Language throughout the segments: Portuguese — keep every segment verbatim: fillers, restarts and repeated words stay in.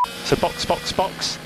So box, box, box.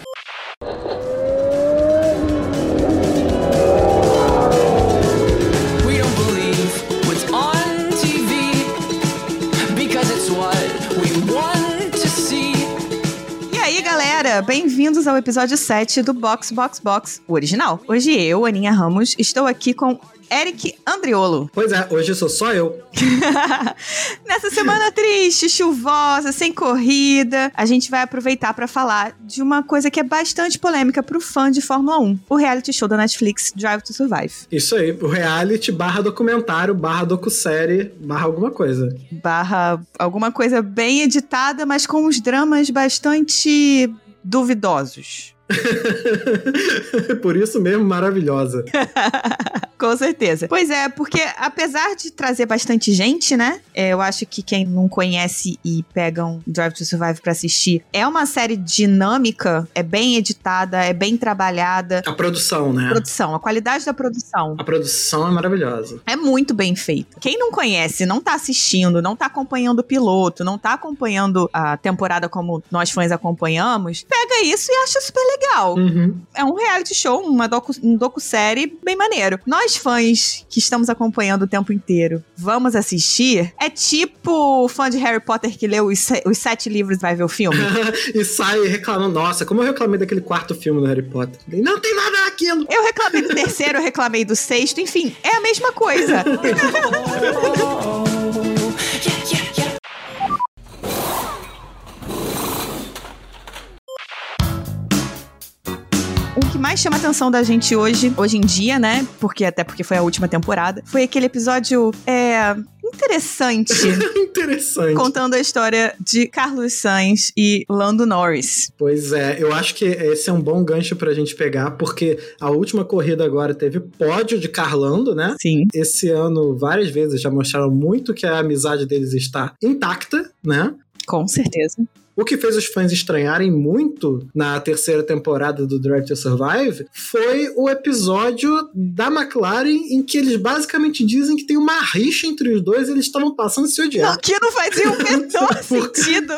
We don't believe what's on T V because it's what we want to see. E aí, galera, bem-vindos ao episódio sete do Box, Box, Box, o original. Hoje eu, Aninha Ramos, estou aqui com Eric Andriolo. Pois é, hoje sou só eu. Nessa semana triste, chuvosa, sem corrida, a gente vai aproveitar para falar de uma coisa que é bastante polêmica pro fã de Fórmula um. O reality show da Netflix, Drive to Survive. Isso aí, o reality barra documentário, barra docusérie, barra alguma coisa. Barra alguma coisa bem editada, mas com uns dramas bastante duvidosos. Por isso mesmo, maravilhosa. Com certeza. Pois é, porque apesar de trazer bastante gente, né? É, eu acho que quem não conhece e pega um Drive to Survive pra assistir, é uma série dinâmica, é bem editada, é bem trabalhada. A produção, né? A produção, a qualidade da produção. A produção é maravilhosa. É muito bem feita. Quem não conhece, não tá assistindo, não tá acompanhando o piloto, não tá acompanhando a temporada como nós fãs acompanhamos, pega isso e acha super legal. Uhum. É um reality show, uma docu, um docu-série bem maneiro. Nós fãs que estamos acompanhando o tempo inteiro, vamos assistir? É tipo o fã de Harry Potter que leu os, se- os sete livros e vai ver o filme? E sai reclamando. Nossa, como eu reclamei daquele quarto filme do Harry Potter. Não tem nada naquilo. Eu reclamei do terceiro, eu reclamei do sexto, enfim, é a mesma coisa. O que mais chama a atenção da gente hoje, hoje em dia, né? Porque até porque foi a última temporada, foi aquele episódio é, interessante, Interessante. contando a história de Carlos Sainz e Lando Norris. Pois é, eu acho que esse é um bom gancho pra gente pegar, porque a última corrida agora teve pódio de Carlando, né? Sim. Esse ano, várias vezes, já mostraram muito que a amizade deles está intacta, né? Com certeza. O que fez os fãs estranharem muito na terceira temporada do Drive to Survive foi o episódio da McLaren em que eles basicamente dizem que tem uma rixa entre os dois e eles estavam passando a se odiar. Não, que não fazia o menor sentido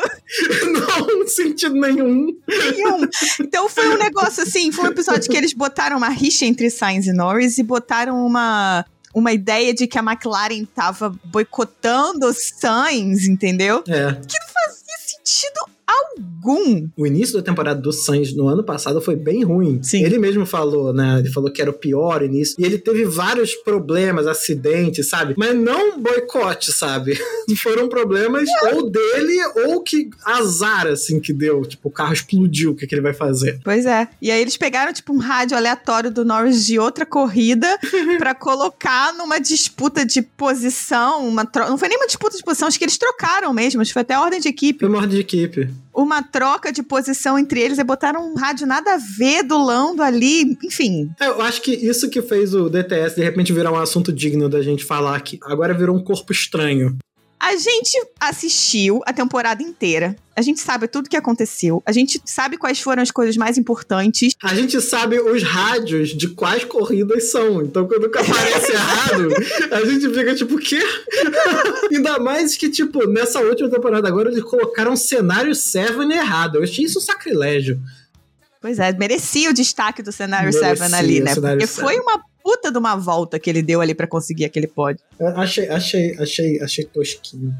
Não, sentido nenhum. nenhum. Então foi um negócio assim, foi um episódio que eles botaram uma rixa entre Sainz e Norris e botaram uma... uma ideia de que a McLaren tava boicotando o Sainz, entendeu? É. Que não fazia sentido algum. O início da temporada do Sainz no ano passado foi bem ruim. Sim. Ele mesmo falou, né? Ele falou que era o pior início. E ele teve vários problemas, acidentes, sabe? Mas não boicote, sabe? Foram problemas ou dele ou que azar, assim, que deu. Tipo, o carro explodiu, o que, que ele vai fazer? Pois é. E aí eles pegaram, tipo, um rádio aleatório do Norris de outra corrida pra colocar numa disputa de posição, uma tro... não foi nem uma disputa de posição, acho que eles trocaram mesmo, acho que foi até a ordem de equipe. Foi uma ordem de equipe. Uma troca de posição entre eles e botaram um rádio nada a ver do Lando ali, enfim. É, eu acho que isso que fez o D T S de repente virar um assunto digno da gente falar aqui. Agora virou um corpo estranho. A gente assistiu a temporada inteira. A gente sabe tudo o que aconteceu. A gente sabe quais foram as coisas mais importantes. A gente sabe os rádios de quais corridas são. Então, quando aparece errado, a gente fica tipo, o quê? Ainda mais que, tipo, nessa última temporada agora, eles colocaram o cenário Seven errado. Eu achei isso um sacrilégio. Pois é, merecia o destaque do cenário Merecia Seven ali, né? o cenário Porque foi Seven. uma puta de uma volta que ele deu ali pra conseguir aquele pódio. Eu achei, achei, achei, achei tosquinho.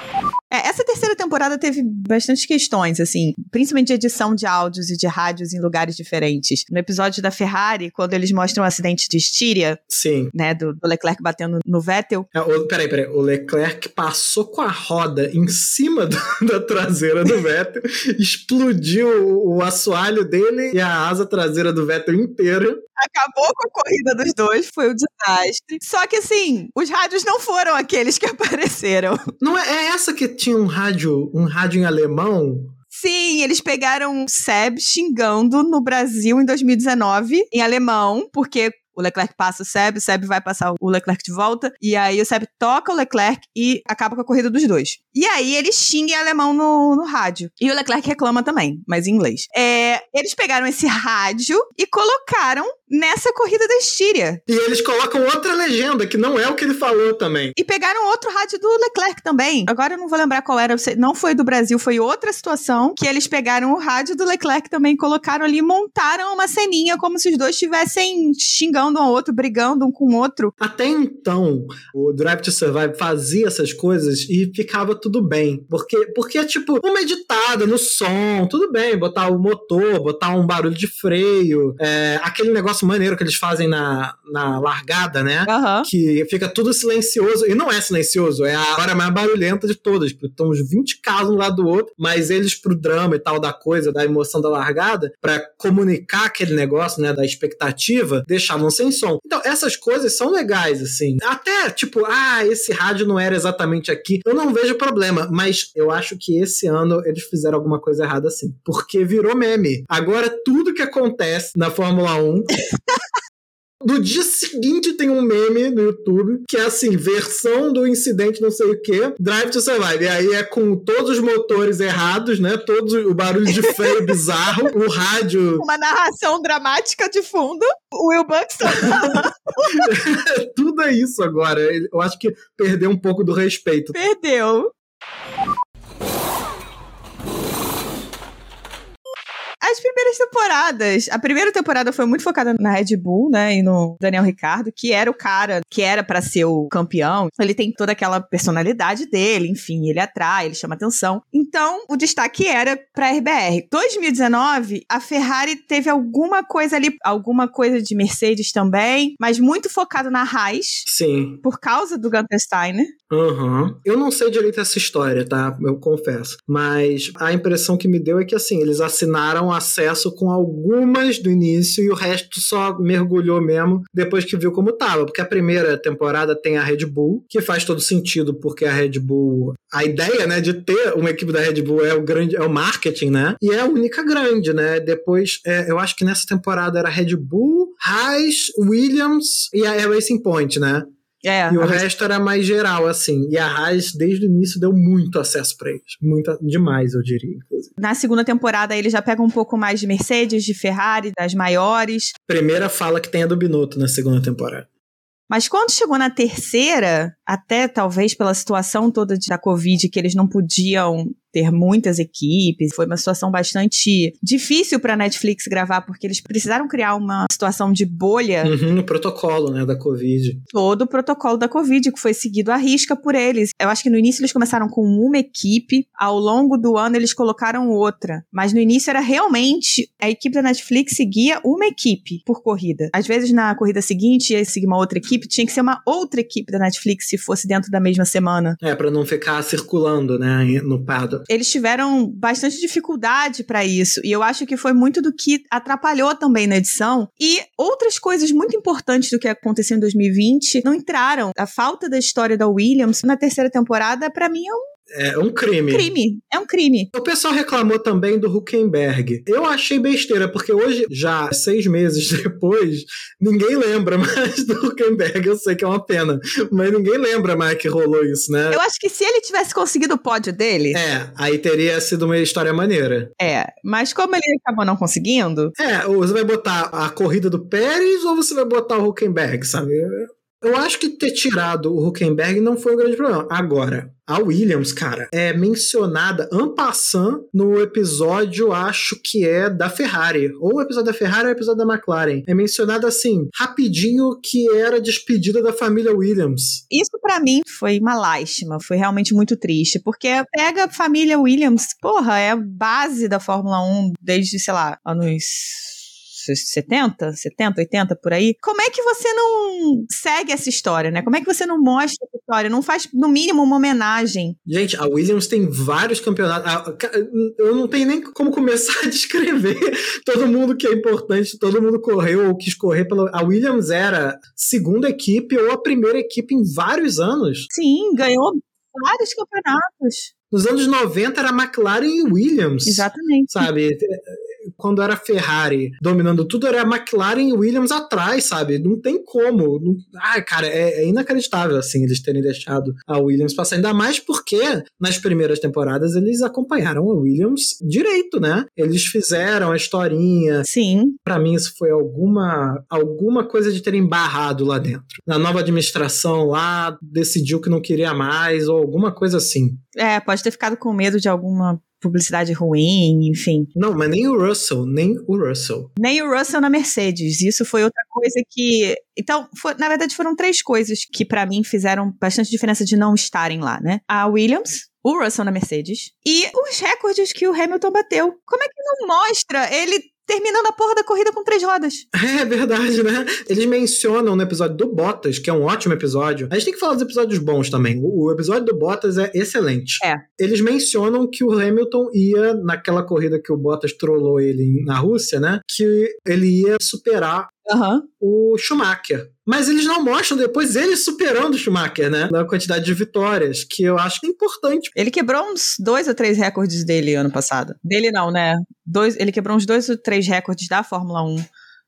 É, essa terceira temporada teve bastantes questões, assim, principalmente de edição de áudios e de rádios em lugares diferentes. No episódio da Ferrari, quando eles mostram o acidente de Estíria, Sim. né, do, do Leclerc batendo no Vettel. É, o, peraí, peraí. O Leclerc passou com a roda em cima do, da traseira do Vettel, explodiu o, o assoalho dele e a asa traseira do Vettel inteira. Acabou com a corrida dos dois, foi um desastre. Só que assim, os rádios não foram aqueles que apareceram. Não é, é essa que tinha um rádio, um rádio em alemão? Sim, eles pegaram o Seb xingando no Brasil em dois mil e dezenove, em alemão, porque o Leclerc passa o Seb, o Seb vai passar o Leclerc de volta, e aí o Seb toca o Leclerc e acaba com a corrida dos dois. E aí eles xingam em alemão no, no rádio. E o Leclerc reclama também, mas em inglês. É, eles pegaram esse rádio e colocaram nessa corrida da Estíria. E eles colocam outra legenda, que não é o que ele falou também. E pegaram outro rádio do Leclerc também. Agora eu não vou lembrar qual era, não foi do Brasil, foi outra situação, que eles pegaram o rádio do Leclerc também, colocaram ali e montaram uma ceninha como se os dois estivessem xingando um ao outro, brigando um com o outro. Até então, o Drive to Survive fazia essas coisas e ficava tudo bem. Porque, porque é tipo, uma editada no som, tudo bem, botar o motor, botar um barulho de freio, é, aquele negócio maneiro que eles fazem na, na largada, né? Uhum. Que fica tudo silencioso. E não é silencioso, é a hora mais barulhenta de todas. Porque estão uns vinte carros um lado do outro, mas eles pro drama e tal da coisa, da emoção da largada, pra comunicar aquele negócio, né, da expectativa, deixavam sem som. Então, essas coisas são legais, assim. Até, tipo, ah, esse rádio não era exatamente aqui. Eu não vejo problema, mas eu acho que esse ano eles fizeram alguma coisa errada, assim. Porque virou meme. Agora, tudo que acontece na Fórmula um... No dia seguinte tem um meme no YouTube que é assim, versão do incidente não sei o que, Drive to Survive. E aí é com todos os motores errados, né? Todos o barulho de freio bizarro, o rádio... Uma narração dramática de fundo, o Will Buxton. Tudo é isso agora. Eu acho que perdeu um pouco do respeito. Perdeu. As primeiras temporadas, a primeira temporada foi muito focada na Red Bull, né, e no Daniel Ricciardo, que era o cara que era pra ser o campeão. Ele tem toda aquela personalidade dele, enfim, ele atrai, ele chama atenção. Então, o destaque era pra R B R. dois mil e dezenove, a Ferrari teve alguma coisa ali, alguma coisa de Mercedes também, mas muito focado na Haas. Sim. Por causa do Gunther Steiner. Uhum. Eu não sei direito essa história, tá? Eu confesso. Mas a impressão que me deu é que, assim, eles assinaram acesso com algumas do início e o resto só mergulhou mesmo depois que viu como tava. Porque a primeira temporada tem a Red Bull, que faz todo sentido, porque a Red Bull... A ideia, né, de ter uma equipe da Red Bull é o grande, é o marketing, né? E é a única grande, né? Depois, é, eu acho que nessa temporada era Red Bull, Haas, Williams e a Racing Point, né? É, e o resto era mais geral, assim. E a Haas, desde o início, deu muito acesso pra eles. Muito, demais, eu diria, inclusive. Na segunda temporada, ele já pega um pouco mais de Mercedes, de Ferrari, das maiores. Primeira fala que tem a do Binotto na segunda temporada. Mas quando chegou na terceira, até talvez pela situação toda da Covid, que eles não podiam ter muitas equipes, foi uma situação bastante difícil para a Netflix gravar, porque eles precisaram criar uma situação de bolha. Uhum, no protocolo, né, da Covid. Todo o protocolo da Covid, que foi seguido à risca por eles. Eu acho que no início eles começaram com uma equipe, ao longo do ano eles colocaram outra. Mas no início era realmente, a equipe da Netflix seguia uma equipe por corrida. Às vezes na corrida seguinte ia seguir uma outra equipe, tinha que ser uma outra equipe da Netflix se fosse dentro da mesma semana. É, pra não ficar circulando, né, no paddock. Eles tiveram bastante dificuldade pra isso, e eu acho que foi muito do que atrapalhou também na edição, e outras coisas muito importantes do que aconteceu em dois mil e vinte não entraram. A falta da história da Williams na terceira temporada, pra mim, é um É um crime. crime. É um crime. O pessoal reclamou também do Hülkenberg. Eu achei besteira, porque hoje, já seis meses depois, ninguém lembra mais do Hülkenberg. Eu sei que é uma pena, mas ninguém lembra mais que rolou isso, né? Eu acho que se ele tivesse conseguido o pódio dele... É, aí teria sido uma história maneira. É, mas como ele acabou não conseguindo... É, ou você vai botar a corrida do Pérez ou você vai botar o Hülkenberg, sabe? Eu acho que ter tirado o Hülkenberg não foi um grande problema. Agora, a Williams, cara, é mencionada en passant no episódio, acho que é da Ferrari. Ou o episódio da Ferrari ou o episódio da McLaren. É mencionada assim, rapidinho, que era despedida da família Williams. Isso pra mim foi uma lástima, foi realmente muito triste, porque pega a família Williams, porra, é a base da Fórmula um desde, sei lá, anos... setenta, setenta, oitenta, por aí. Como é que você não segue essa história, né? Como é que você não mostra essa história? Não faz, no mínimo, uma homenagem? Gente, a Williams tem vários campeonatos. Eu não tenho nem como começar a descrever todo mundo que é importante, todo mundo correu ou quis correr pela... A Williams era segunda equipe ou a primeira equipe em vários anos. Sim, ganhou vários campeonatos. Nos anos noventa era McLaren e Williams. Exatamente. Sabe? quando era a Ferrari dominando tudo, era a McLaren e Williams atrás, sabe? Não tem como. Não... Ah, cara, é, é inacreditável, assim, eles terem deixado a Williams passar. Ainda mais porque, nas primeiras temporadas, eles acompanharam a Williams direito, né? Eles fizeram a historinha. Sim. Pra mim, isso foi alguma, alguma coisa de terem barrado lá dentro. Na nova administração lá, decidiu que não queria mais, ou alguma coisa assim. É, pode ter ficado com medo de alguma publicidade ruim, enfim. Não, mas nem o Russell, nem o Russell. Nem o Russell na Mercedes. Isso foi outra coisa que... Então, foi, na verdade, foram três coisas que pra mim fizeram bastante diferença de não estarem lá, né? A Williams, o Russell na Mercedes e os recordes que o Hamilton bateu. Como é que não mostra ele terminando a porra da corrida com três rodas? É verdade, né? Eles mencionam no episódio do Bottas, que é um ótimo episódio. A gente tem que falar dos episódios bons também. O, o episódio do Bottas é excelente. É. Eles mencionam que o Hamilton ia, naquela corrida que o Bottas trollou ele na Rússia, né? Que ele ia superar Uhum. o Schumacher. Mas eles não mostram depois ele superando o Schumacher, né? Na quantidade de vitórias, que eu acho que é importante. Ele quebrou uns dois ou três recordes dele ano passado. Dele não, né? Dois, ele quebrou uns dois ou três recordes da Fórmula um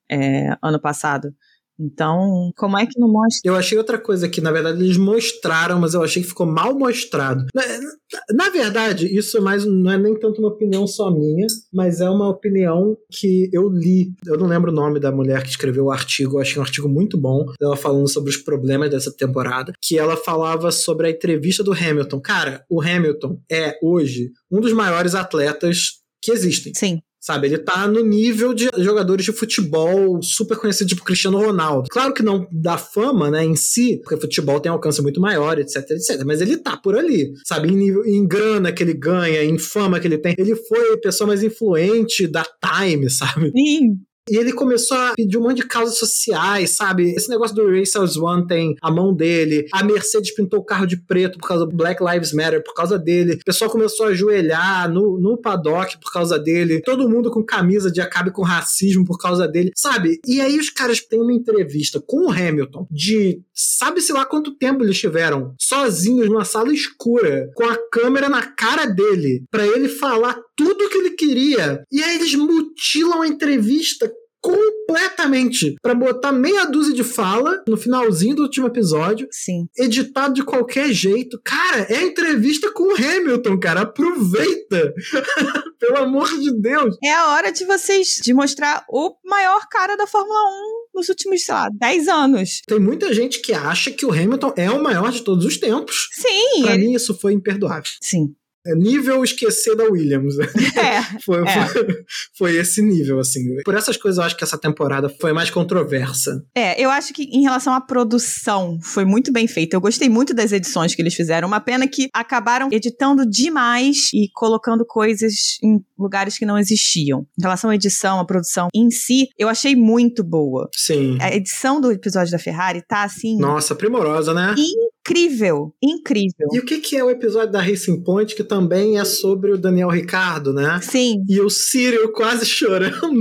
é, ano passado. Então, como é que não mostra? Eu achei outra coisa que, na verdade, eles mostraram, mas eu achei que ficou mal mostrado. Na, na verdade, isso é mais, não é nem tanto uma opinião só minha, mas é uma opinião que eu li. Eu não lembro o nome da mulher que escreveu o artigo, eu achei um artigo muito bom, ela falando sobre os problemas dessa temporada, que ela falava sobre a entrevista do Hamilton. Cara, o Hamilton é, hoje, um dos maiores atletas que existem. Sim. Sabe, ele tá no nível de jogadores de futebol super conhecidos, tipo Cristiano Ronaldo. Claro que não da fama, né, em si, porque futebol tem um alcance muito maior, etc, etc. Mas ele tá por ali, sabe, em, nível, em grana que ele ganha, em fama que ele tem. Ele foi a pessoa mais influente da Time, sabe? Sim. E ele começou a pedir um monte de causas sociais, sabe? Esse negócio do Racers One tem a mão dele. A Mercedes pintou o carro de preto por causa do Black Lives Matter, por causa dele. O pessoal começou a ajoelhar no, no paddock por causa dele. Todo mundo com camisa de acabe com racismo por causa dele, sabe? E aí os caras têm uma entrevista com o Hamilton de sabe-se lá quanto tempo eles tiveram sozinhos numa sala escura, com a câmera na cara dele, pra ele falar tudo o que ele queria. E aí eles mutilam a entrevista completamente pra botar meia dúzia de fala no finalzinho do último episódio. Sim. Editado de qualquer jeito. Cara, é a entrevista com o Hamilton, cara. Aproveita! Pelo amor de Deus. É a hora de vocês, de mostrar o maior cara da Fórmula um nos últimos, sei lá, dez anos. Tem muita gente que acha que o Hamilton é o maior de todos os tempos. Sim. Pra ele... mim isso foi imperdoável. Sim. Nível esquecer da Williams. É, foi, é. Foi, foi esse nível, assim. Por essas coisas eu acho que essa temporada foi mais controversa. É, eu acho que em relação à produção foi muito bem feita. Eu gostei muito das edições que eles fizeram. Uma pena que acabaram editando demais e colocando coisas em lugares que não existiam. Em relação à edição, à produção em si, eu achei muito boa. Sim. A edição do episódio da Ferrari tá assim... Nossa, primorosa, né? Incrível, incrível. E o que, que é o episódio da Racing Point, que também é sobre o Daniel Ricciardo, né? Sim. E o Cyril quase chorando.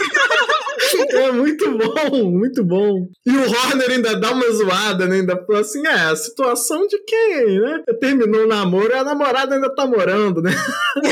É muito bom, muito bom. E o Horner ainda dá uma zoada, né? Ainda falou assim, é, a situação de quem, né? Terminou o namoro e a namorada ainda tá morando, né?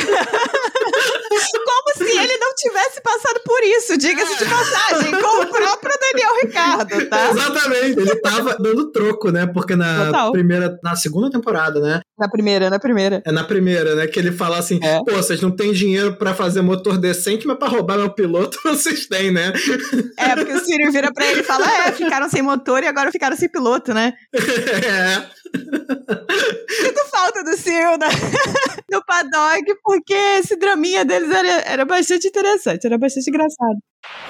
Como se ele não tivesse passado por isso, diga-se de passagem, com o próprio Daniel Ricciardo, tá? Exatamente. Ele tava dando troco, né? Porque na Total. primeira, na segunda temporada, né? Na primeira, na primeira. É na primeira, né? Que ele fala assim, É. pô, vocês não têm dinheiro pra fazer motor decente, mas pra roubar meu piloto vocês têm, né? É, porque o Cyril vira pra ele e fala, é, ficaram sem motor e agora ficaram sem piloto, né? É. Sinto falta do Cyril na- no paddock, porque esse draminha deles era, era bastante interessante, era bastante engraçado.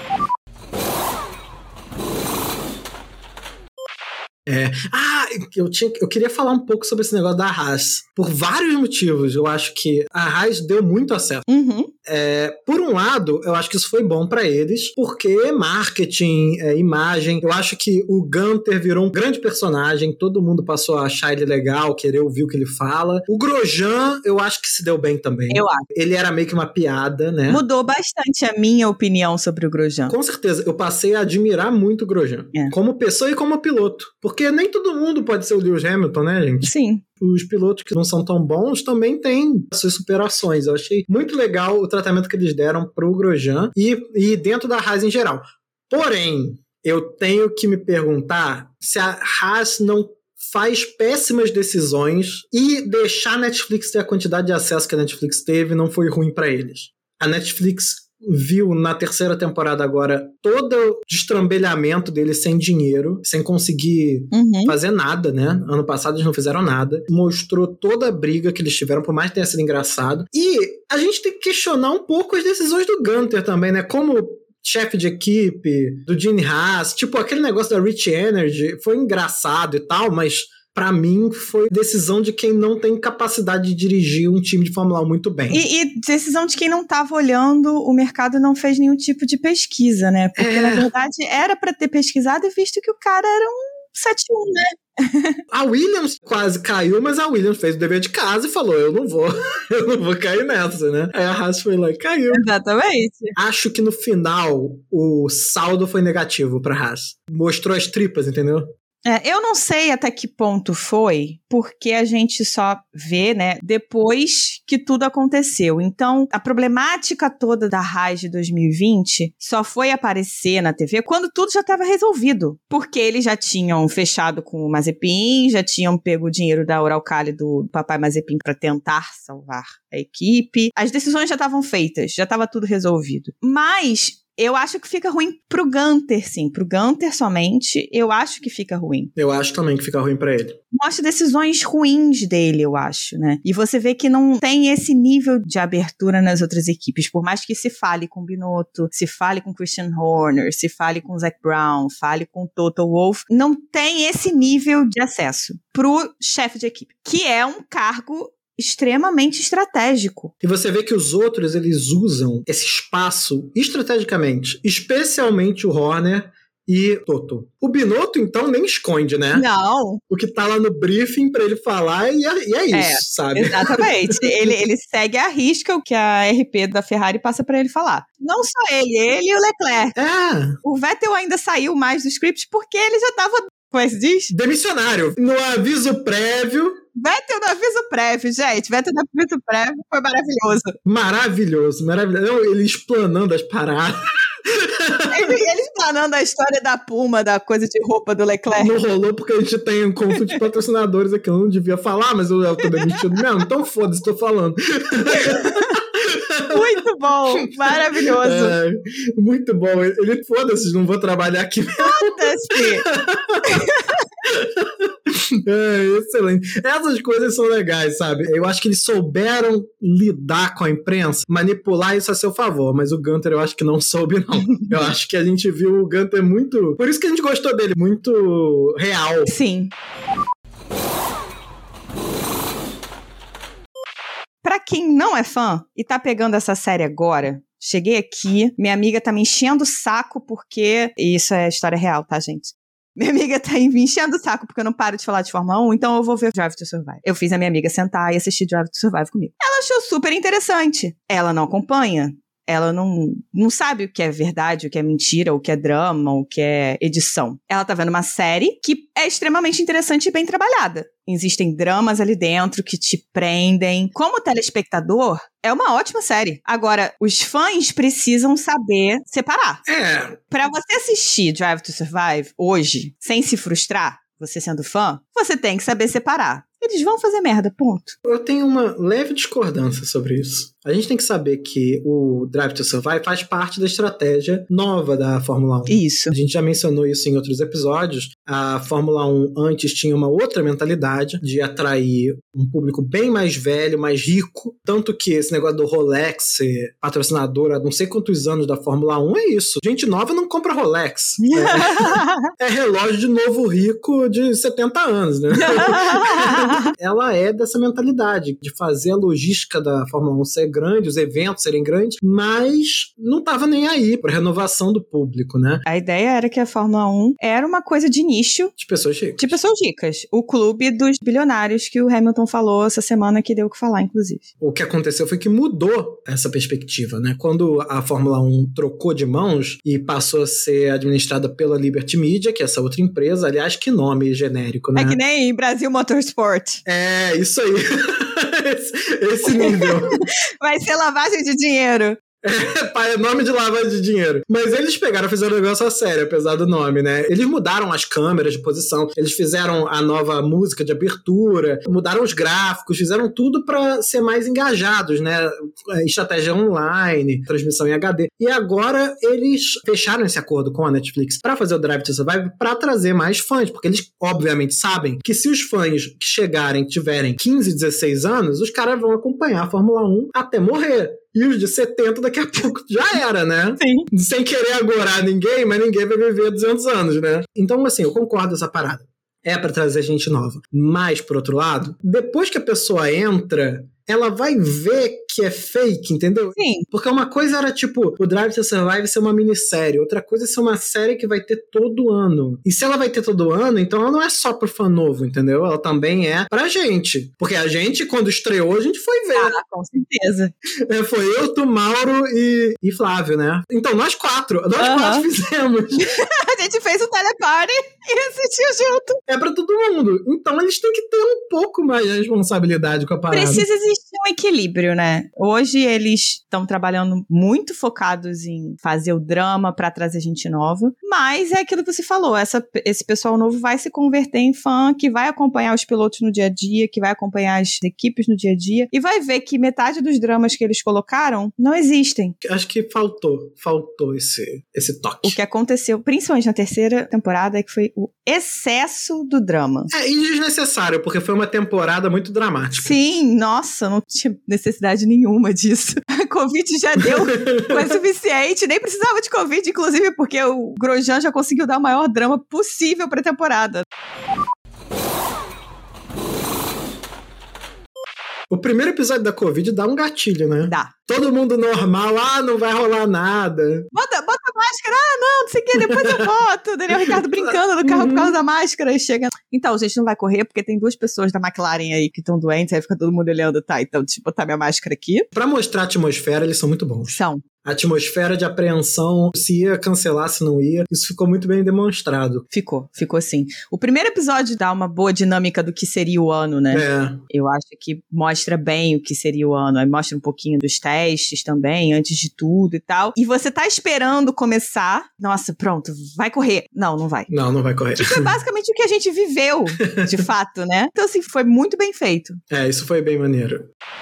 É. Ah, eu, tinha, eu queria falar um pouco sobre esse negócio da Haas. Por vários motivos, eu acho que a Haas deu muito acesso. Uhum. É, por um lado, eu acho que isso foi bom pra eles, porque marketing, é, imagem, eu acho que o Gunter virou um grande personagem, todo mundo passou a achar ele legal, querer ouvir o que ele fala. O Grosjean, eu acho que se deu bem também. Eu acho. Ele era meio que uma piada, né? Mudou bastante a minha opinião sobre o Grosjean. Com certeza, eu passei a admirar muito o Grosjean, É. como pessoa e como piloto, porque nem todo mundo tudo pode ser o Lewis Hamilton, né, gente? Sim. Os pilotos que não são tão bons também têm suas superações. Eu achei muito legal o tratamento que eles deram pro Grosjean e, e dentro da Haas em geral. Porém, eu tenho que me perguntar se a Haas não faz péssimas decisões e deixar a Netflix ter a quantidade de acesso que a Netflix teve não foi ruim pra eles. A Netflix viu na terceira temporada agora todo o destrambelhamento deles sem dinheiro, sem conseguir uhum. fazer nada, né? Ano passado eles não fizeram nada. Mostrou toda a briga que eles tiveram, por mais que tenha sido engraçado. E a gente tem que questionar um pouco as decisões do Gunter também, né? Como chefe de equipe, do Gene Haas, tipo, aquele negócio da Rich Energy foi engraçado e tal, mas pra mim foi decisão de quem não tem capacidade de dirigir um time de Fórmula um muito bem. E, e decisão de quem não tava olhando o mercado e não fez nenhum tipo de pesquisa, né? Porque, é. na verdade, era pra ter pesquisado e visto que o cara era um sete um, né? A Williams quase caiu, mas a Williams fez o dever de casa e falou, eu não vou, eu não vou cair nessa, né? Aí a Haas foi lá e caiu. Exatamente. Acho que no final o saldo foi negativo pra Haas. Mostrou as tripas, entendeu? É, eu não sei até que ponto foi, porque a gente só vê, né, depois que tudo aconteceu. Então, a problemática toda da Haas de dois mil e vinte só foi aparecer na T V quando tudo já estava resolvido. Porque eles já tinham fechado com o Mazepin, já tinham pego o dinheiro da Uralkali do papai Mazepin para tentar salvar a equipe. As decisões já estavam feitas, já estava tudo resolvido. Mas eu acho que fica ruim pro Gunter, sim. Pro Gunter somente, eu acho que fica ruim. Eu acho também que fica ruim pra ele. Mostra decisões ruins dele, eu acho, né? E você vê que não tem esse nível de abertura nas outras equipes. Por mais que se fale com Binotto, se fale com Christian Horner, se fale com Zac Brown, fale com Toto Wolff, não tem esse nível de acesso pro chefe de equipe, que é um cargo extremamente estratégico. E você vê que os outros, eles usam esse espaço estrategicamente, especialmente o Horner e Toto. O Binotto, então, nem esconde, né? Não. O que tá lá no briefing pra ele falar e é, e é isso, é, sabe? Exatamente. ele, ele segue a risca o que a R P da Ferrari passa pra ele falar. Não só ele, ele e o Leclerc. É. O Vettel ainda saiu mais do script porque ele já tava, como é que se diz? Demissionário. No aviso prévio. Vettel no aviso prévio, gente. Vettel no aviso prévio foi maravilhoso. Maravilhoso, maravilhoso. Ele explanando as paradas. Ele, ele explanando a história da Puma, da coisa de roupa do Leclerc. Não rolou porque a gente tem um conflito de patrocinadores aqui. Eu não devia falar, mas eu, eu tô demitido mesmo. Então foda-se, tô falando. Muito bom, maravilhoso. É, muito bom. Ele, foda-se, não vou trabalhar aqui mesmo. Foda-se. É, excelente. Essas coisas são legais, sabe? Eu acho que eles souberam lidar com a imprensa, manipular isso a seu favor, mas o Gunter eu acho que não soube, não. Eu acho que a gente viu o Gunter muito... Por isso que a gente gostou dele, muito real. Sim. Pra quem não é fã e tá pegando essa série agora, cheguei aqui, minha amiga tá me enchendo o saco porque... Isso é história real, tá, gente? Minha amiga tá me enchendo o saco porque eu não paro de falar de Fórmula um, então eu vou ver Drive to Survive. Eu fiz a minha amiga sentar e assistir Drive to Survive comigo. Ela achou super interessante. Ela não acompanha. Ela não, não sabe o que é verdade, o que é mentira, o que é drama, o que é edição. Ela tá vendo uma série que é extremamente interessante e bem trabalhada. Existem dramas ali dentro que te prendem. Como telespectador, é uma ótima série. Agora, os fãs precisam saber separar. É. Pra você assistir Drive to Survive hoje, sem se frustrar, você sendo fã, você tem que saber separar. Eles vão fazer merda, ponto. Eu tenho uma leve discordância sobre isso. A gente tem que saber que o Drive to Survive faz parte da estratégia nova da Fórmula um. Isso. A gente já mencionou isso em outros episódios. A Fórmula um antes tinha uma outra mentalidade de atrair um público bem mais velho, mais rico. Tanto que esse negócio do Rolex ser patrocinador há não sei quantos anos da Fórmula um é isso. Gente nova não compra Rolex. É, é relógio de novo rico de setenta anos, né? Ela é dessa mentalidade de fazer a logística da Fórmula um ser ser grande, os eventos serem grandes, mas não tava nem aí pra renovação do público, né? A ideia era que a Fórmula um era uma coisa de nicho. De pessoas ricas. De pessoas ricas. O clube dos bilionários que o Hamilton falou essa semana, que deu o que falar, inclusive. O que aconteceu foi que mudou essa perspectiva, né? Quando a Fórmula um trocou de mãos e passou a ser administrada pela Liberty Media, que é essa outra empresa, aliás, que nome genérico, né? É que nem Brasil Motorsport. É, isso aí. esse, esse nível. Vai ser lavagem de dinheiro. É, nome de lavagem de dinheiro. Mas eles pegaram e fizeram o negócio a sério, apesar do nome, né? Eles mudaram as câmeras de posição, eles fizeram a nova música de abertura, mudaram os gráficos, fizeram tudo pra ser mais engajados, né? Estratégia online, transmissão em H D. E agora eles fecharam esse acordo com a Netflix pra fazer o Drive to Survive, pra trazer mais fãs, porque eles obviamente sabem que se os fãs que chegarem tiverem quinze, dezesseis anos, os caras vão acompanhar a Fórmula um até morrer. E os de setenta daqui a pouco já era, né? Sim. Sem querer agorar ninguém, mas ninguém vai viver duzentos anos, né? Então, assim, eu concordo com essa parada. É pra trazer gente nova. Mas, por outro lado, depois que a pessoa entra, ela vai ver que é fake, entendeu? Sim. Porque uma coisa era, tipo, o Drive to Survive ser uma minissérie. Outra coisa é ser uma série que vai ter todo ano. E se ela vai ter todo ano, então ela não é só pro fã novo, entendeu? Ela também é pra gente. Porque a gente, quando estreou, a gente foi ver. Ah, com certeza. É, foi eu, tu, Mauro e, e Flávio, né? Então, nós quatro. Nós Uhum. quatro fizemos. A gente fez o teleparty e assistiu junto. É pra todo mundo. Então, eles têm que ter um pouco mais de responsabilidade com a parada. Precisa existir um equilíbrio, né? Hoje eles estão trabalhando muito focados em fazer o drama pra trazer gente nova, mas é aquilo que você falou, essa, esse pessoal novo vai se converter em fã, que vai acompanhar os pilotos no dia a dia, que vai acompanhar as equipes no dia a dia, e vai ver que metade dos dramas que eles colocaram não existem. Acho que faltou, faltou esse, esse toque. O que aconteceu, principalmente na terceira temporada, é que foi o excesso do drama. É, e desnecessário, porque foi uma temporada muito dramática. Sim, nossa, não tinha necessidade nenhuma disso. A Covid já deu, foi suficiente, nem precisava de Covid, inclusive, porque o Grosjean já conseguiu dar o maior drama possível pra temporada. O primeiro episódio da Covid dá um gatilho, né? Dá. Todo mundo normal, ah, não vai rolar nada. Bota, bota a máscara, ah, não, não sei o que, depois eu boto. Daniel Ricardo brincando no carro por causa da máscara e chega. Então, gente, não vai correr porque tem duas pessoas da McLaren aí que estão doentes, aí fica todo mundo olhando, tá, então deixa eu botar minha máscara aqui. Pra mostrar a atmosfera, eles são muito bons. São. A atmosfera de apreensão, se ia cancelar, se não ia, isso ficou muito bem demonstrado. Ficou, ficou assim. O primeiro episódio dá uma boa dinâmica do que seria o ano, né? É. Eu acho que mostra bem o que seria o ano. Aí mostra um pouquinho dos testes também, antes de tudo e tal. E você tá esperando começar. Nossa, pronto, vai correr. Não, não vai. Não, não vai correr. Que foi basicamente o que a gente viveu, de fato, né? Então, assim, foi muito bem feito. É, isso foi bem maneiro.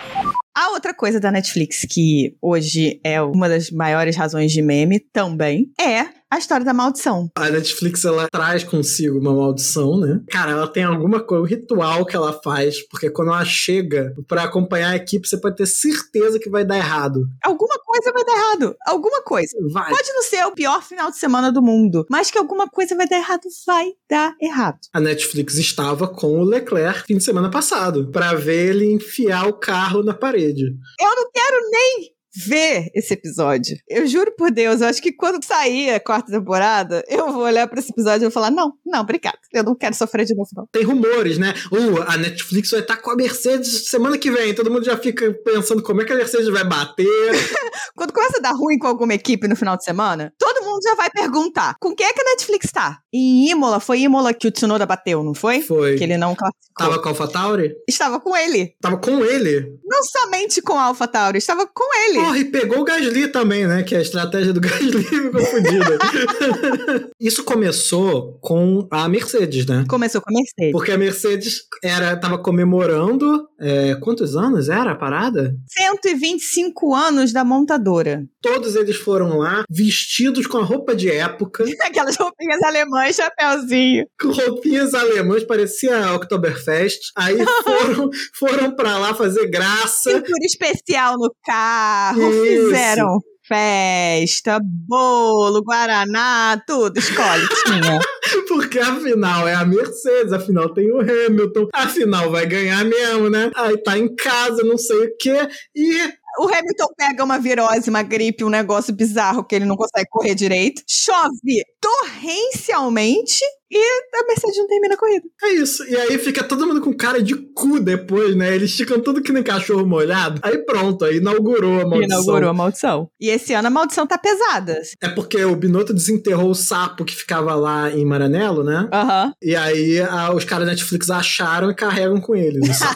A outra coisa da Netflix, que hoje é uma das maiores razões de meme também, é a história da maldição. A Netflix, ela traz consigo uma maldição, né? Cara, ela tem alguma coisa, um ritual que ela faz, porque quando ela chega pra acompanhar a equipe, você pode ter certeza que vai dar errado. Alguma coisa vai dar errado. Alguma coisa. Vai. Pode não ser o pior final de semana do mundo, mas que alguma coisa vai dar errado, vai dar errado. A Netflix estava com o Leclerc fim de semana passado, pra ver ele enfiar o carro na parede. Eu não quero nem ver esse episódio. Eu juro por Deus, eu acho que quando sair a quarta temporada, eu vou olhar pra esse episódio e vou falar, não, não, obrigado, eu não quero sofrer de novo, não. Tem rumores, né? Uh, a Netflix vai estar com a Mercedes semana que vem. Todo mundo já fica pensando como é que a Mercedes vai bater. Quando começa a dar ruim com alguma equipe no final de semana, todo mundo já vai perguntar, com quem é que a Netflix tá? Em Imola, foi Imola que o Tsunoda bateu, não foi? Foi. Que ele não classificou. Tava com a AlphaTauri? Estava com ele. Tava com ele. Não somente com a AlphaTauri, estava com ele. Porra, e pegou o Gasly também, né? Que a estratégia do Gasly ficou fodida. Isso começou com a Mercedes, né? Começou com a Mercedes. Porque a Mercedes era, tava comemorando... É, quantos anos era a parada? cento e vinte e cinco anos da montadora. Todos eles foram lá, vestidos com a roupa de época. Aquelas roupinhas alemãs, chapéuzinho. Com roupinhas alemãs, parecia Oktoberfest. Aí foram, foram pra lá fazer graça. Pintura especial no carro, Isso. fizeram festa, bolo, guaraná, tudo, escolhe, tinha. Porque afinal é a Mercedes, afinal tem o Hamilton, afinal vai ganhar mesmo, né? Aí tá em casa, não sei o quê, e... O Hamilton pega uma virose, uma gripe, um negócio bizarro que ele não consegue correr direito. Chove torrencialmente e a Mercedes não termina a corrida. É isso. E aí fica todo mundo com cara de cu depois, né? Eles ficam tudo que nem cachorro molhado. Aí pronto, aí inaugurou a maldição. Inaugurou a maldição. E esse ano a maldição tá pesada. É porque o Binotto desenterrou o sapo que ficava lá em Maranello, né? Aham. Uhum. E aí a, os caras da Netflix acharam e carregam com eles. Assim.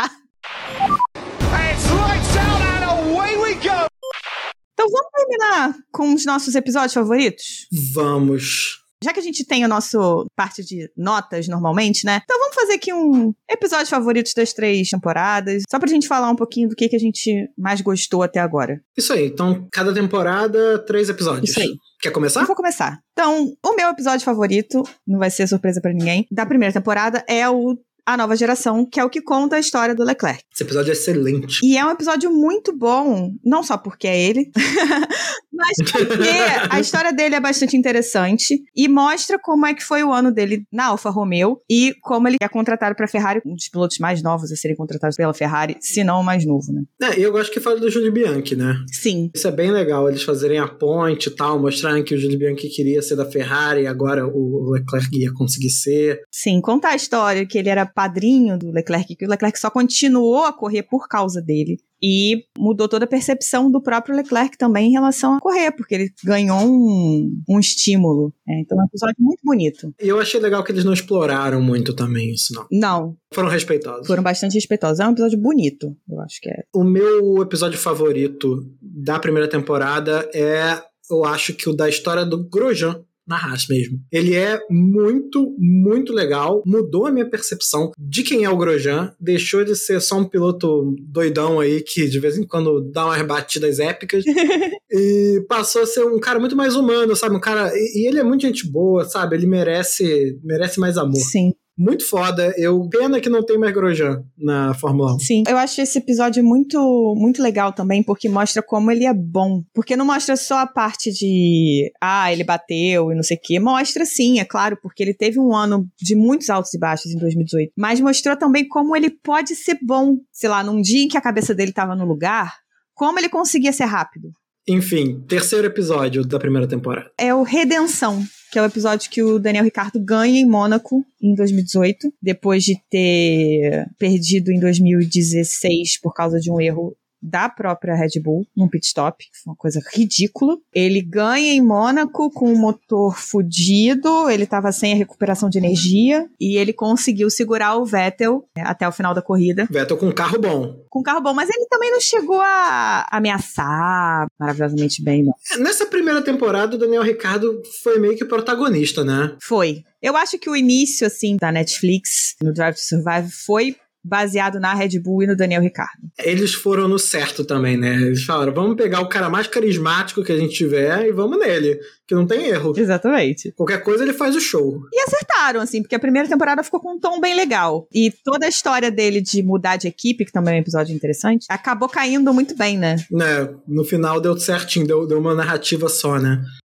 Então vamos terminar com os nossos episódios favoritos? Vamos. Já que a gente tem a nossa parte de notas normalmente, né? Então vamos fazer aqui um episódio favorito das três temporadas, só pra gente falar um pouquinho do que, que a gente mais gostou até agora. Isso aí. Então, cada temporada, três episódios. Isso aí. Quer começar? Eu vou começar. Então, o meu episódio favorito, não vai ser surpresa pra ninguém, da primeira temporada é o A Nova Geração, que é o que conta a história do Leclerc. Esse episódio é excelente. E é um episódio muito bom, não só porque é ele, mas porque a história dele é bastante interessante e mostra como é que foi o ano dele na Alfa Romeo e como ele é contratado pra Ferrari, um dos pilotos mais novos a serem contratados pela Ferrari, se não o mais novo, né? É, e eu gosto que fala do Júlio Bianchi, né? Sim. Isso é bem legal, eles fazerem a ponte e tal, mostrarem que o Júlio Bianchi queria ser da Ferrari e agora o Leclerc ia conseguir ser. Sim, contar a história que ele era padrinho do Leclerc, que o Leclerc só continuou a correr por causa dele. E mudou toda a percepção do próprio Leclerc também em relação a correr, porque ele ganhou um, um estímulo. É, então é um episódio muito bonito. E eu achei legal que eles não exploraram muito também isso, não. Não. Foram respeitosos. Foram bastante respeitosos. É um episódio bonito, eu acho que é. O meu episódio favorito da primeira temporada é, eu acho que o da história do Grosjean. Na Haas mesmo. Ele é muito, muito legal. Mudou a minha percepção de quem é o Grosjean. Deixou de ser só um piloto doidão aí que de vez em quando dá umas batidas épicas. E passou a ser um cara muito mais humano, sabe? Um cara... E ele é muito gente boa, sabe? Ele merece, merece mais amor. Sim. Muito foda. Eu, pena que não tem mais Grosjean na Fórmula um. Sim. Eu acho esse episódio muito, muito legal também, porque mostra como ele é bom. Porque não mostra só a parte de, ah, ele bateu e não sei o quê. Mostra sim, é claro, porque ele teve um ano de muitos altos e baixos em dois mil e dezoito. Mas mostrou também como ele pode ser bom. Sei lá, num dia em que a cabeça dele tava no lugar, como ele conseguia ser rápido. Enfim, terceiro episódio da primeira temporada. É o Redenção, que é o episódio que o Daniel Ricciardo ganha em Mônaco em dois mil e dezoito, depois de ter perdido em dois mil e dezesseis por causa de um erro da própria Red Bull num pit stop, que foi uma coisa ridícula. Ele ganha em Mônaco com o motor fudido, ele estava sem a recuperação de energia e ele conseguiu segurar o Vettel até o final da corrida. Vettel com um carro bom. Com um carro bom, mas ele também não chegou a ameaçar maravilhosamente bem, não. Nessa primeira temporada, o Daniel Ricciardo foi meio que protagonista, né? Foi. Eu acho que o início, assim, da Netflix, no Drive to Survive, foi baseado na Red Bull e no Daniel Ricciardo. Eles foram no certo também, né? Eles falaram, vamos pegar o cara mais carismático que a gente tiver e vamos nele, que não tem erro. Exatamente. Qualquer coisa ele faz o show. E acertaram, assim, porque a primeira temporada ficou com um tom bem legal. E toda a história dele de mudar de equipe, que também é um episódio interessante, acabou caindo muito bem, né? Né, no final deu certinho, deu, deu uma narrativa só, né?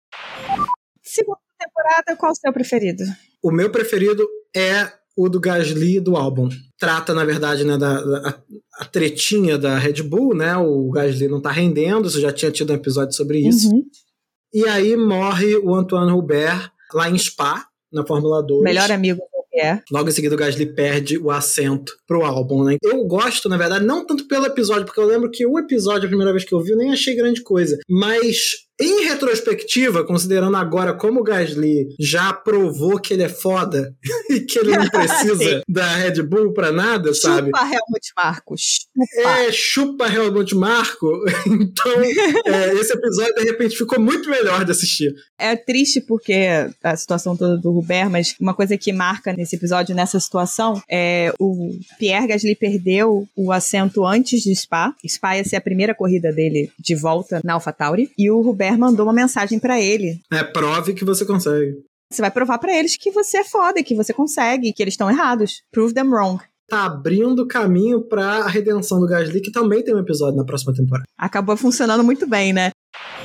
Segunda temporada, qual o seu preferido? O meu preferido é o do Gasly e do Albon. Trata, na verdade, né, da, da a tretinha da Red Bull, né? O Gasly não tá rendendo, você já tinha tido um episódio sobre isso. Uhum. E aí morre o Antoine Hubert lá em Spa, na Fórmula dois. Melhor amigo que é. Logo em seguida o Gasly perde o assento pro Albon, né? Eu gosto, na verdade, não tanto pelo episódio, porque eu lembro que o episódio, a primeira vez que eu vi, eu nem achei grande coisa. Mas, em retrospectiva, considerando agora como o Gasly já provou que ele é foda e que ele não precisa da Red Bull pra nada, chupa sabe? Chupa Helmut Marko. É, chupa Helmut Marko. Então, é, esse episódio, de repente, ficou muito melhor de assistir. É triste porque a situação toda do Hubert, mas uma coisa que marca nesse episódio, nessa situação, é o Pierre Gasly perdeu o assento antes de Spa. Spa ia ser a primeira corrida dele de volta na AlphaTauri. E o Hubert mandou uma mensagem pra ele. É, prove que você consegue. Você vai provar pra eles que você é foda, que você consegue, que eles estão errados. Prove them wrong. Tá abrindo caminho pra redenção do Gasly, que também tem um episódio na próxima temporada. Acabou funcionando muito bem, né?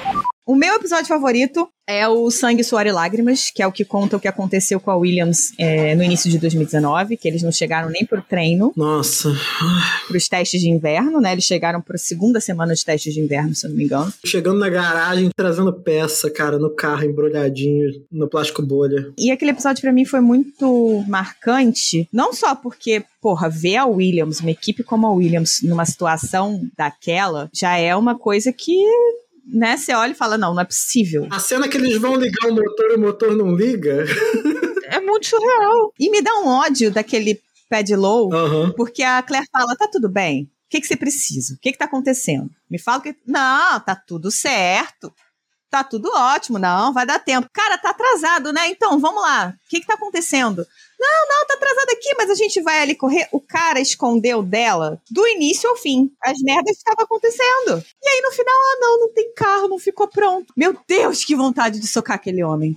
O meu episódio favorito é o Sangue, Suor e Lágrimas, que é o que conta o que aconteceu com a Williams é, no início de dois mil e dezenove, que eles não chegaram nem pro treino. Nossa. Pros testes de inverno, né? Eles chegaram pra segunda semana de testes de inverno, se eu não me engano. Chegando na garagem, trazendo peça, cara, no carro, embrulhadinho, no plástico bolha. E aquele episódio pra mim foi muito marcante, não só porque, porra, ver a Williams, uma equipe como a Williams, numa situação daquela, já é uma coisa que... né, você olha e fala, não, não é possível. A cena que eles vão ligar o motor e o motor não liga. É muito surreal. E me dá um ódio daquele Pad Low, uhum. porque a Claire fala, tá tudo bem, o que, que você precisa? O que, que tá acontecendo? Me fala que... Não, tá tudo certo. Tá tudo ótimo, não, vai dar tempo. Cara, tá atrasado, né? Então, vamos lá. O que que tá acontecendo? Não, não, tá atrasado aqui, mas a gente vai ali correr. O cara escondeu dela do início ao fim. As merdas estavam acontecendo. E aí, no final, ah, não, não tem carro, não ficou pronto. Meu Deus, que vontade de socar aquele homem.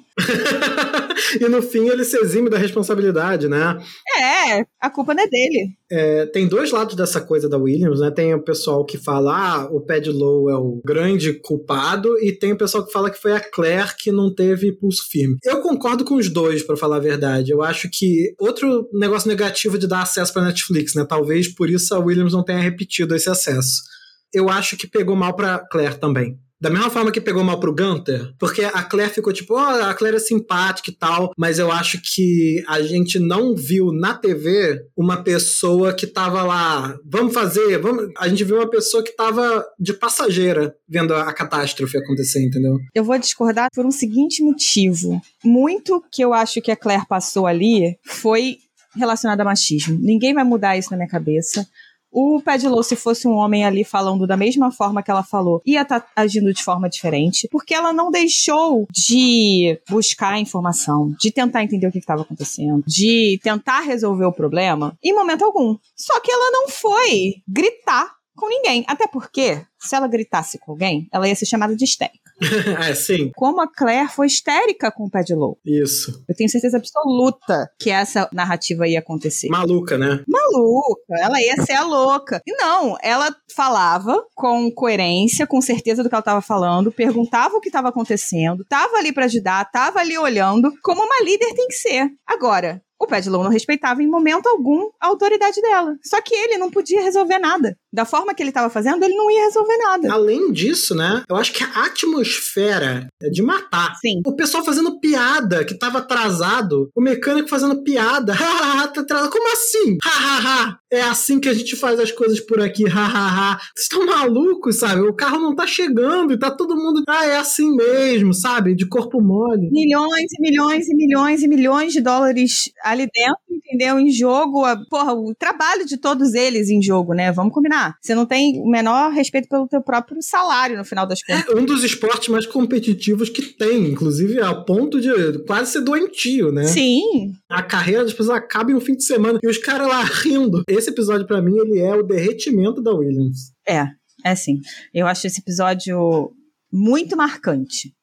E no fim, ele se exime da responsabilidade, né? É, a culpa não é dele. É, tem dois lados dessa coisa da Williams, né? Tem o pessoal que fala, ah, o Pad Low é o grande culpado, e tem o pessoal que fala que foi a Claire que não teve pulso firme. Eu concordo com os dois, pra falar a verdade. Eu acho que outro negócio negativo de dar acesso pra Netflix, né? Talvez por isso a Williams não tenha repetido esse acesso. Eu acho que pegou mal pra Claire também. Da mesma forma que pegou mal pro Gunther, porque a Claire ficou tipo, ó, oh, a Claire é simpática e tal, mas eu acho que a gente não viu na T V uma pessoa que tava lá, vamos fazer, vamos... a gente viu uma pessoa que tava de passageira vendo a catástrofe acontecer, entendeu? Eu vou discordar por um seguinte motivo. Muito que eu acho que a Claire passou ali foi relacionado a machismo. Ninguém vai mudar isso na minha cabeça. O Pad Low, se fosse um homem ali falando da mesma forma que ela falou, ia estar tá agindo de forma diferente, porque ela não deixou de buscar informação, de tentar entender o que estava acontecendo, de tentar resolver o problema, em momento algum. Só que ela não foi gritar com ninguém, até porque, se ela gritasse com alguém, ela ia ser chamada de histérica. É, sim. Como a Claire foi histérica com o Pad Low. Isso. Eu tenho certeza absoluta que essa narrativa ia acontecer. Maluca, né? Maluca. Ela ia ser a louca. E não, ela falava com coerência, com certeza do que ela estava falando, perguntava o que estava acontecendo, estava ali para ajudar, estava ali olhando, como uma líder tem que ser. Agora, o Pad Low não respeitava em momento algum a autoridade dela. Só que ele não podia resolver nada. Da forma que ele estava fazendo, ele não ia resolver nada. Além disso, né, eu acho que a atmosfera é de matar. Sim. O pessoal fazendo piada, que tava atrasado, o mecânico fazendo piada, hahaha, tá atrasado, como assim? Hahaha, é assim que a gente faz as coisas por aqui, hahaha. Vocês estão malucos, sabe? O carro não tá chegando e tá todo mundo, ah, é assim mesmo, sabe? De corpo mole. Milhões e milhões e milhões e milhões de dólares ali dentro, entendeu? Em jogo, a, porra, o trabalho de todos eles em jogo, né? Vamos combinar. Você não tem o menor respeito pelo teu próprio salário, no final das contas. É um dos esportes mais competitivos que tem, inclusive a ponto de quase ser doentio, né? Sim. A carreira das pessoas acaba em um fim de semana e os caras lá rindo. Esse episódio, pra mim, ele é o derretimento da Williams. É, é sim. Eu acho esse episódio muito marcante.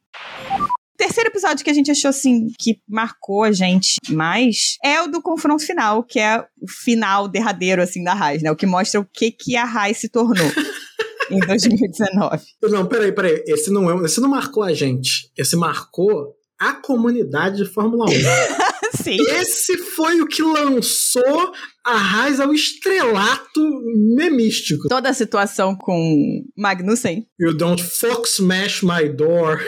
O terceiro episódio que a gente achou, assim, que marcou a gente mais é o do confronto final, que é o final derradeiro, assim, da Raiz, né? O que mostra o que, que a Raiz se tornou em dois mil e dezenove. Não, peraí, peraí. Esse não, é, esse não marcou a gente. Esse marcou a comunidade de Fórmula um. Sim. Esse foi o que lançou a Raiz ao estrelato memístico. Toda a situação com Magnussen. You don't fuck smash my door.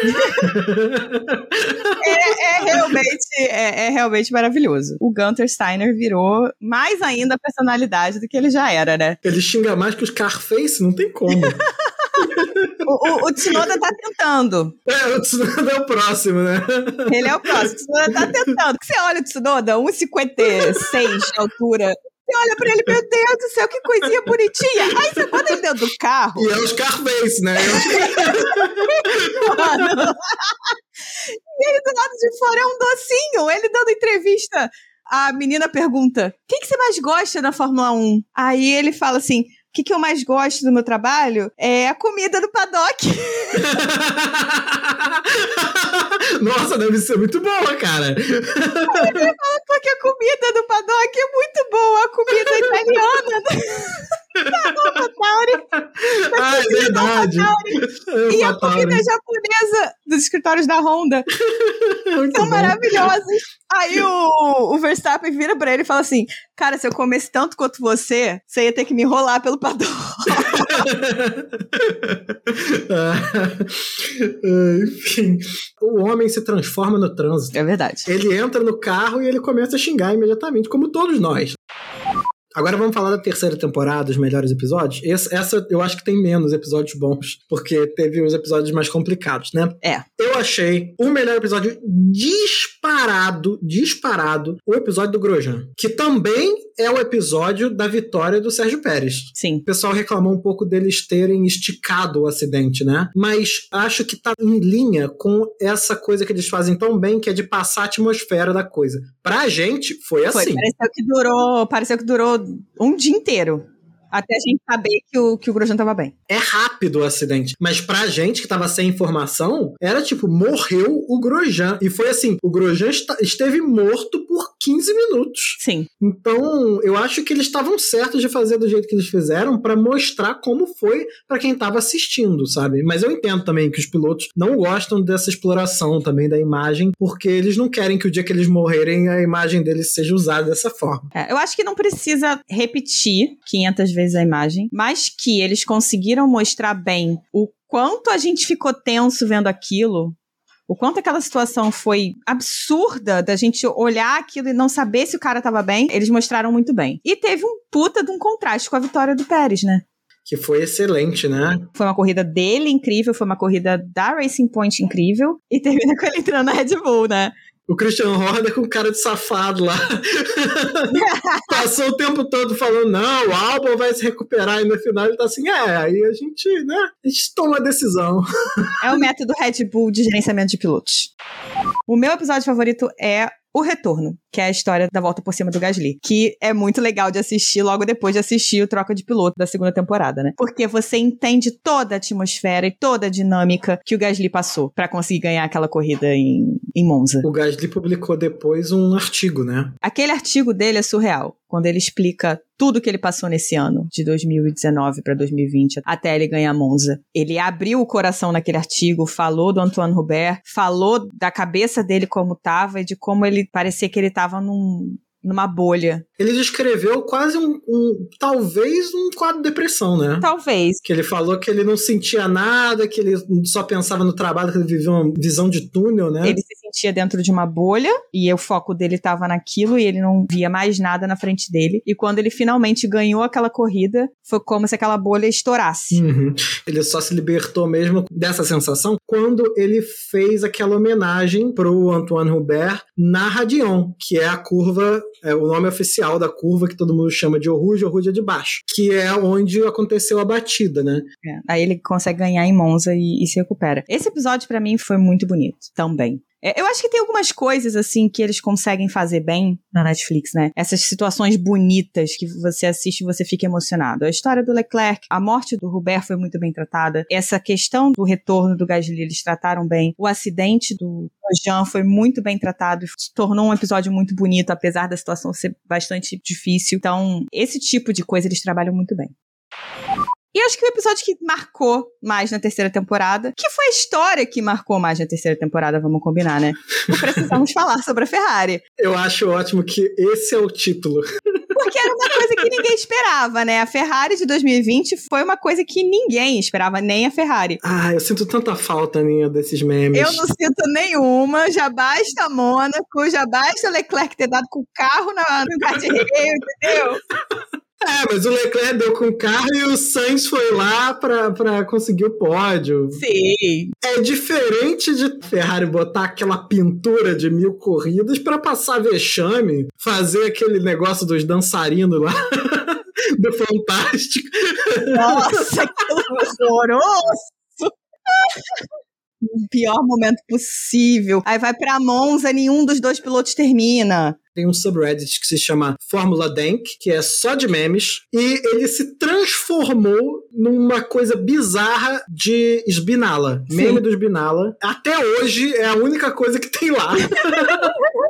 é, é, realmente, é, é realmente maravilhoso. O Gunther Steiner virou mais ainda a personalidade do que ele já era, né? Ele xinga mais que os Scarface, não tem como. O, o, o Tsunoda tá tentando. É, o Tsunoda é o próximo, né? Ele é o próximo. O Tsunoda tá tentando. Você olha o Tsunoda, um e cinquenta e seis de altura. Você olha pra ele, meu Deus do céu, que coisinha bonitinha. Aí você bota ele dentro do carro. E é o Scarface, né? Mano. E ele do lado de fora é um docinho. Ele dando entrevista. A menina pergunta, o que, que você mais gosta na Fórmula um? Aí ele fala assim... O que, que eu mais gosto do meu trabalho é a comida do paddock. Nossa, deve ser muito boa, cara. Ele fala, porque a comida do paddock é muito boa, a comida italiana. Ah, é verdade. E a comida japonesa dos escritórios da Honda são maravilhosas. Aí o, o Verstappen vira pra ele e fala assim: cara, se eu comesse tanto quanto você, você ia ter que me enrolar pelo padrão. Enfim, o homem se transforma no trânsito. É verdade. Ele entra no carro e ele começa a xingar imediatamente, como todos nós. Agora vamos falar da terceira temporada, os melhores episódios. Essa, essa eu acho que tem menos episódios bons, porque teve os episódios mais complicados, né? É. Eu achei o melhor episódio disparado, disparado, o episódio do Grosjean, que também é o episódio da vitória do Sérgio Pérez. Sim. O pessoal reclamou um pouco deles terem esticado o acidente, né? Mas acho que tá em linha com essa coisa que eles fazem tão bem, que é de passar a atmosfera da coisa. Pra gente, foi assim. Foi, pareceu que durou, pareceu que durou um dia inteiro. Até a gente saber que o, que o Grosjean tava bem. É rápido o acidente. Mas pra gente que tava sem informação, era tipo, morreu o Grosjean. E foi assim, o Grosjean est- esteve morto por quinze minutos. Sim. Então, eu acho que eles estavam certos de fazer do jeito que eles fizeram pra mostrar como foi pra quem tava assistindo, sabe? Mas eu entendo também que os pilotos não gostam dessa exploração também da imagem, porque eles não querem que o dia que eles morrerem a imagem deles seja usada dessa forma. É, eu acho que não precisa repetir quinhentas vezes a imagem, mas que eles conseguiram mostrar bem o quanto a gente ficou tenso vendo aquilo, o quanto aquela situação foi absurda da gente olhar aquilo e não saber se o cara tava bem, eles mostraram muito bem. E teve um puta de um contraste com a vitória do Pérez, né? Que foi excelente, né? Foi uma corrida dele incrível, foi uma corrida da Racing Point incrível, e termina com ele entrando na Red Bull, né? O Christian Horner com cara de safado lá. Passou o tempo todo falando, não, o Albon vai se recuperar, e no final ele tá assim, é, aí a gente, né, a gente toma a decisão. É o método Red Bull de gerenciamento de pilotos. O meu episódio favorito é O Retorno, que é a história da volta por cima do Gasly, que é muito legal de assistir logo depois de assistir o Troca de Piloto da segunda temporada, né? Porque você entende toda a atmosfera e toda a dinâmica que o Gasly passou pra conseguir ganhar aquela corrida em, em Monza. O Gasly publicou depois um artigo, né? Aquele artigo dele é surreal, quando ele explica tudo que ele passou nesse ano, de dois mil e dezenove para dois mil e vinte, até ele ganhar Monza. Ele abriu o coração naquele artigo, falou do Antoine Hubert, falou da cabeça dele como tava e de como ele parecia que ele tava num, numa bolha. Ele descreveu quase um, um, talvez um quadro de depressão, né? Talvez. Que ele falou que ele não sentia nada, que ele só pensava no trabalho, que ele vivia uma visão de túnel, né? Ele se sentia dentro de uma bolha e o foco dele estava naquilo e ele não via mais nada na frente dele. E quando ele finalmente ganhou aquela corrida, foi como se aquela bolha estourasse. Uhum. Ele só se libertou mesmo dessa sensação quando ele fez aquela homenagem pro Antoine Hubert na Radion, que é a curva, é o nome oficial da curva que todo mundo chama de Eau Rouge, Eau Rouge é de baixo, que é onde aconteceu a batida, né? É, aí ele consegue ganhar em Monza e, e se recupera. Esse episódio pra mim foi muito bonito também. É, eu acho que tem algumas coisas, assim, que eles conseguem fazer bem na Netflix, né? Essas situações bonitas que você assiste e você fica emocionado. A história do Leclerc, a morte do Hubert foi muito bem tratada. Essa questão do retorno do Gasly, eles trataram bem. O acidente do Jean foi muito bem tratado e se tornou um episódio muito bonito, apesar da situação ser bastante difícil. Então, esse tipo de coisa eles trabalham muito bem. E acho que o episódio que marcou mais na terceira temporada, que foi a história que marcou mais na terceira temporada, vamos combinar, né? Não precisamos falar sobre a Ferrari. Eu acho ótimo que esse é o título. Porque era uma coisa que ninguém esperava, né? A Ferrari de dois mil e vinte foi uma coisa que ninguém esperava, nem a Ferrari. Ah, eu sinto tanta falta minha desses memes. Eu não sinto nenhuma, já basta Mônaco, já basta Leclerc ter dado com o carro na, no kart-race, entendeu? É, mas o Leclerc deu com o carro e o Sainz foi lá pra, pra conseguir o pódio. Sim. É diferente de Ferrari botar aquela pintura de mil corridas pra passar vexame, fazer aquele negócio dos dançarinos lá do Fantástico. Nossa, que horroroso! O pior momento possível. Aí vai pra Monza, nenhum dos dois pilotos termina. Tem um subreddit que se chama Fórmula Dank, que é só de memes, e ele se transformou numa coisa bizarra de Sbinala, meme do Sbinala. Até hoje é a única coisa que tem lá.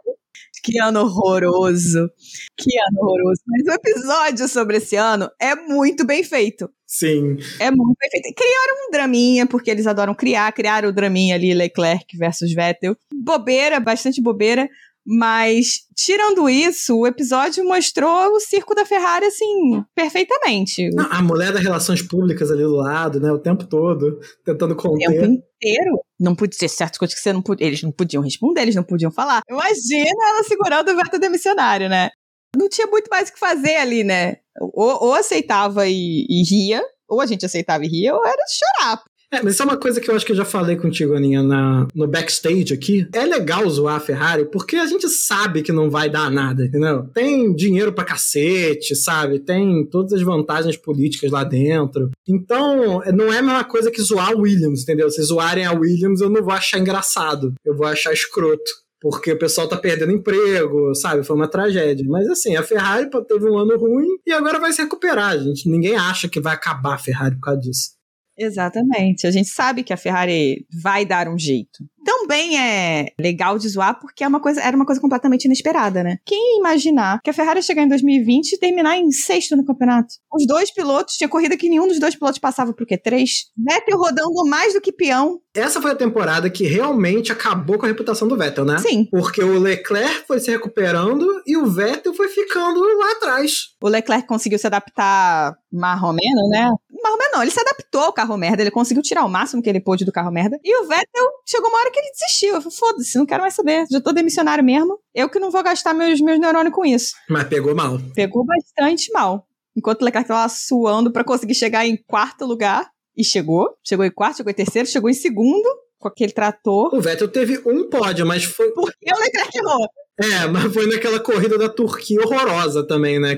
Que ano horroroso. Que ano horroroso. Mas o episódio sobre esse ano é muito bem feito. Sim. É muito bem feito. Criaram um draminha, porque eles adoram criar. Criaram o draminha ali, Leclerc versus Vettel. Bobeira, bastante bobeira. Mas, tirando isso, o episódio mostrou o circo da Ferrari, assim, perfeitamente. Não, a mulher das relações públicas ali do lado, né? O tempo todo, tentando conter. O tempo inteiro. Não podia ter certas coisas que você não podia, eles não podiam responder, eles não podiam falar. Imagina ela segurando o veto demissionário, né? Não tinha muito mais o que fazer ali, né? Ou, ou aceitava e, e ria, ou a gente aceitava e ria, ou era chorar. É, mas isso é uma coisa que eu acho que eu já falei contigo, Aninha, na, no backstage aqui. É legal zoar a Ferrari, porque a gente sabe que não vai dar nada, entendeu? Tem dinheiro pra cacete, sabe? Tem todas as vantagens políticas lá dentro. Então, não é a mesma coisa que zoar a Williams, entendeu? Se zoarem a Williams, eu não vou achar engraçado. Eu vou achar escroto. Porque o pessoal tá perdendo emprego, sabe? Foi uma tragédia. Mas assim, a Ferrari teve um ano ruim e agora vai se recuperar, gente. Ninguém acha que vai acabar a Ferrari por causa disso. Exatamente. A gente sabe que a Ferrari vai dar um jeito. Também é legal de zoar porque é uma coisa, era uma coisa completamente inesperada, né? Quem ia imaginar que a Ferrari ia chegar em dois mil e vinte e terminar em sexto no campeonato? Os dois pilotos, tinha corrida que nenhum dos dois pilotos passava por quê? Três? Vettel rodando mais do que peão. Essa foi a temporada que realmente acabou com a reputação do Vettel, né? Sim. Porque o Leclerc foi se recuperando e o Vettel foi ficando lá atrás. O Leclerc conseguiu se adaptar marromeno, né? Marromeno não, ele se adaptou ao carro merda, ele conseguiu tirar o máximo que ele pôde do carro merda. E o Vettel chegou uma hora que ele desistiu. Eu falei, foda-se, não quero mais saber. Já tô demissionário mesmo. Eu que não vou gastar meus, meus neurônios com isso. Mas pegou mal. Pegou bastante mal. Enquanto o Leclerc tava suando pra conseguir chegar em quarto lugar. E chegou. Chegou em quarto, chegou em terceiro, chegou em segundo. Com aquele trator. O Vettel teve um pódio, mas foi... Porque o Leclerc errou. É, mas foi naquela corrida da Turquia horrorosa também, né?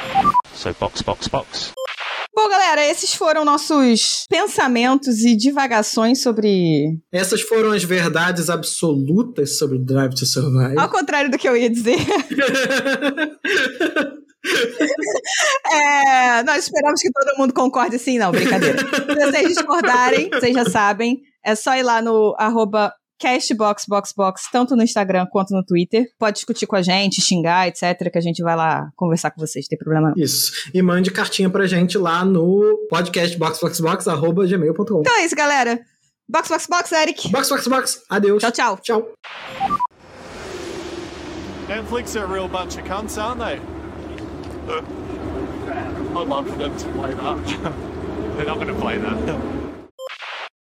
So, box, box, box. Bom, galera, esses foram nossos pensamentos e divagações sobre... Essas foram as verdades absolutas sobre Drive to Survive. Ao contrário do que eu ia dizer. É, nós esperamos que todo mundo concorde assim, não, brincadeira. Se vocês discordarem, vocês já sabem, é só ir lá no arroba castboxboxbox, tanto no Instagram quanto no Twitter. Pode discutir com a gente, xingar, etcétera, que a gente vai lá conversar com vocês, não tem problema não. Isso. E mande cartinha pra gente lá no podcastboxboxbox arroba gmail ponto com. Então é isso, galera. Box, box, box, Eric. Box, box, box. Adeus. Tchau, tchau. Tchau. Netflix are a real bunch of cunts, aren't they? I'd love for them to play that. They're not going to play that.